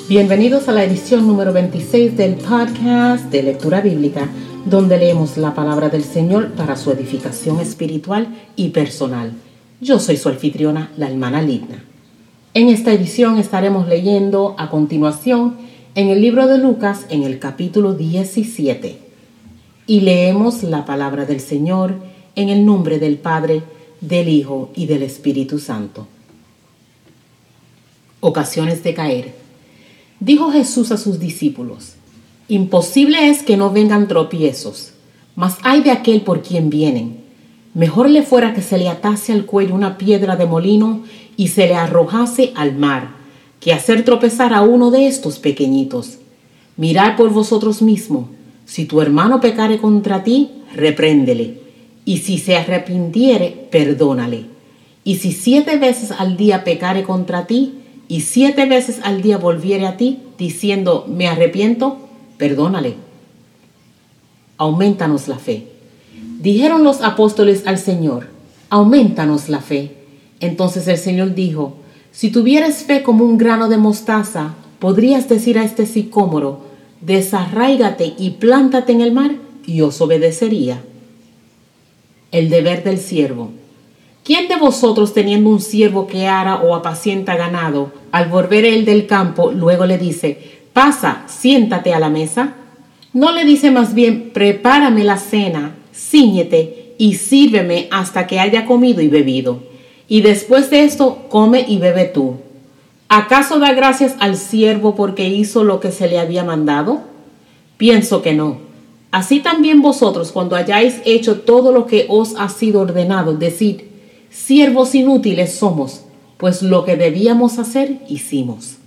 Bienvenidos a la edición número 26 del podcast de lectura bíblica, donde leemos la palabra del Señor para su edificación espiritual y personal. Yo soy su anfitriona, la hermana Lidna. En esta edición estaremos leyendo a continuación en el libro de Lucas en el capítulo 17. Y leemos la palabra del Señor en el nombre del Padre, del Hijo y del Espíritu Santo. Ocasiones de caer. Dijo Jesús a sus discípulos: imposible es que no vengan tropiezos, mas ay de aquel por quien vienen. Mejor le fuera que se le atase al cuello una piedra de molino y se le arrojase al mar, que hacer tropezar a uno de estos pequeñitos. Mirad por vosotros mismos, si tu hermano pecare contra ti, repréndele, y si se arrepintiere, perdónale. Y si 7 veces al día pecare contra ti, y 7 veces al día volviere a ti, diciendo, me arrepiento, perdónale. Aumentanos la fe. Dijeron los apóstoles al Señor, aumentanos la fe. Entonces el Señor dijo, si tuvieres fe como un grano de mostaza, podrías decir a este sicómoro, desarráigate y plántate en el mar, y os obedecería. El deber del siervo. ¿Quién de vosotros, teniendo un siervo que ara o apacienta ganado, al volver él del campo, luego le dice, pasa, siéntate a la mesa? ¿No le dice más bien, prepárame la cena, cíñete y sírveme hasta que haya comido y bebido? Y después de esto, come y bebe tú. ¿Acaso da gracias al siervo porque hizo lo que se le había mandado? Pienso que no. Así también vosotros, cuando hayáis hecho todo lo que os ha sido ordenado, decid, siervos inútiles somos, pues lo que debíamos hacer, hicimos.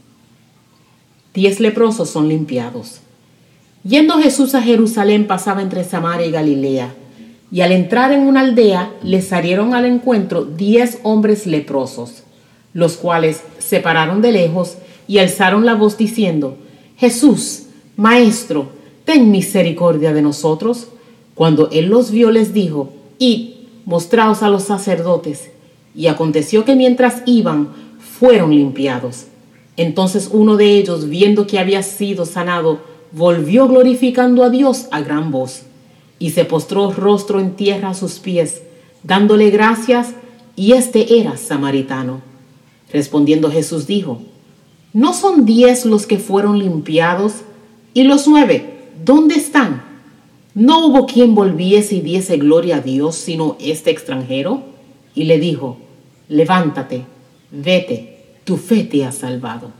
10 leprosos son limpiados. Yendo Jesús a Jerusalén, pasaba entre Samaria y Galilea, y al entrar en una aldea, le salieron al encuentro 10 hombres leprosos, los cuales se pararon de lejos y alzaron la voz diciendo, Jesús, Maestro, ten misericordia de nosotros. Cuando él los vio, les dijo, id, mostraos a los sacerdotes. Y aconteció que mientras iban, fueron limpiados. Entonces uno de ellos, viendo que había sido sanado, volvió glorificando a Dios a gran voz, y se postró rostro en tierra a sus pies, dándole gracias, y este era samaritano. Respondiendo Jesús dijo, ¿no son 10 los que fueron limpiados? ¿Y los 9, dónde están? ¿No hubo quien volviese y diese gloria a Dios, sino este extranjero? Y le dijo, levántate, vete, tu fe te ha salvado.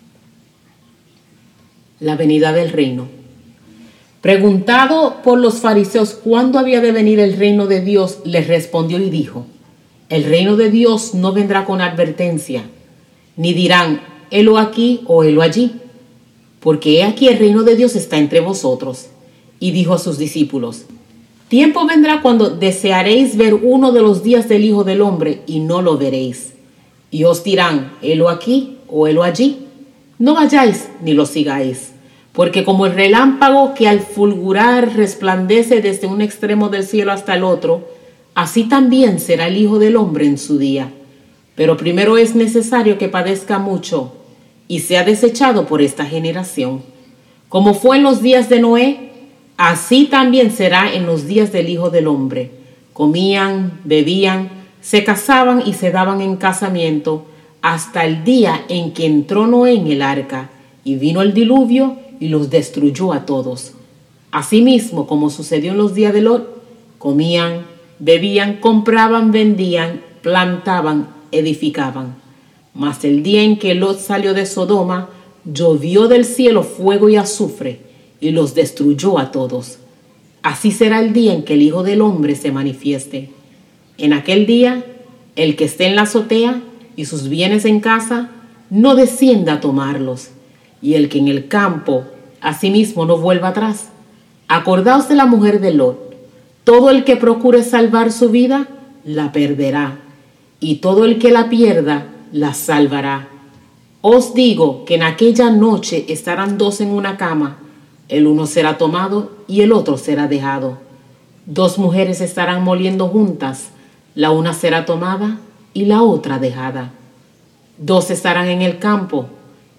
La venida del reino. Preguntado por los fariseos cuándo había de venir el reino de Dios, les respondió y dijo, el reino de Dios no vendrá con advertencia, ni dirán, helo aquí o helo allí, porque he aquí el reino de Dios está entre vosotros. Y dijo a sus discípulos, tiempo vendrá cuando desearéis ver uno de los días del Hijo del Hombre y no lo veréis. Y os dirán, helo aquí o helo allí. No vayáis ni lo sigáis, porque como el relámpago que al fulgurar resplandece desde un extremo del cielo hasta el otro, así también será el Hijo del Hombre en su día. Pero primero es necesario que padezca mucho y sea desechado por esta generación. Como fue en los días de Noé, así también será en los días del Hijo del Hombre. Comían, bebían, se casaban y se daban en casamiento hasta el día en que entró Noé en el arca y vino el diluvio y los destruyó a todos. Asimismo, como sucedió en los días de Lot, comían, bebían, compraban, vendían, plantaban, edificaban. Mas el día en que Lot salió de Sodoma, llovió del cielo fuego y azufre y los destruyó a todos. Así será el día en que el Hijo del Hombre se manifieste. En aquel día, el que esté en la azotea y sus bienes en casa, no descienda a tomarlos, y el que en el campo, asimismo no vuelva atrás. Acordaos de la mujer de Lot. Todo el que procure salvar su vida, la perderá, y todo el que la pierda, la salvará. Os digo que en aquella noche estarán 2 en una cama, el uno será tomado y el otro será dejado. 2 mujeres estarán moliendo juntas, la una será tomada y la otra dejada. 2 estarán en el campo,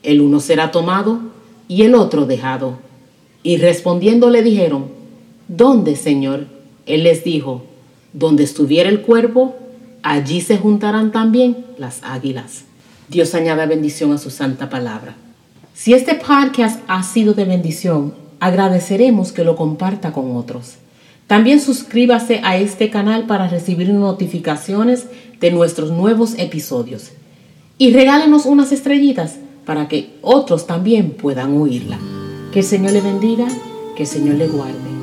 El uno será tomado y el otro dejado. Y respondiendo le dijeron: ¿Dónde, Señor? Él les dijo: donde estuviera el cuervo, allí se juntarán también las águilas. Dios añada bendición a su santa palabra. Si este podcast ha sido de bendición, agradeceremos que lo comparta con otros. También suscríbase a este canal para recibir notificaciones de nuestros nuevos episodios. Y regálenos unas estrellitas para que otros también puedan oírla. Que el Señor le bendiga, que el Señor le guarde.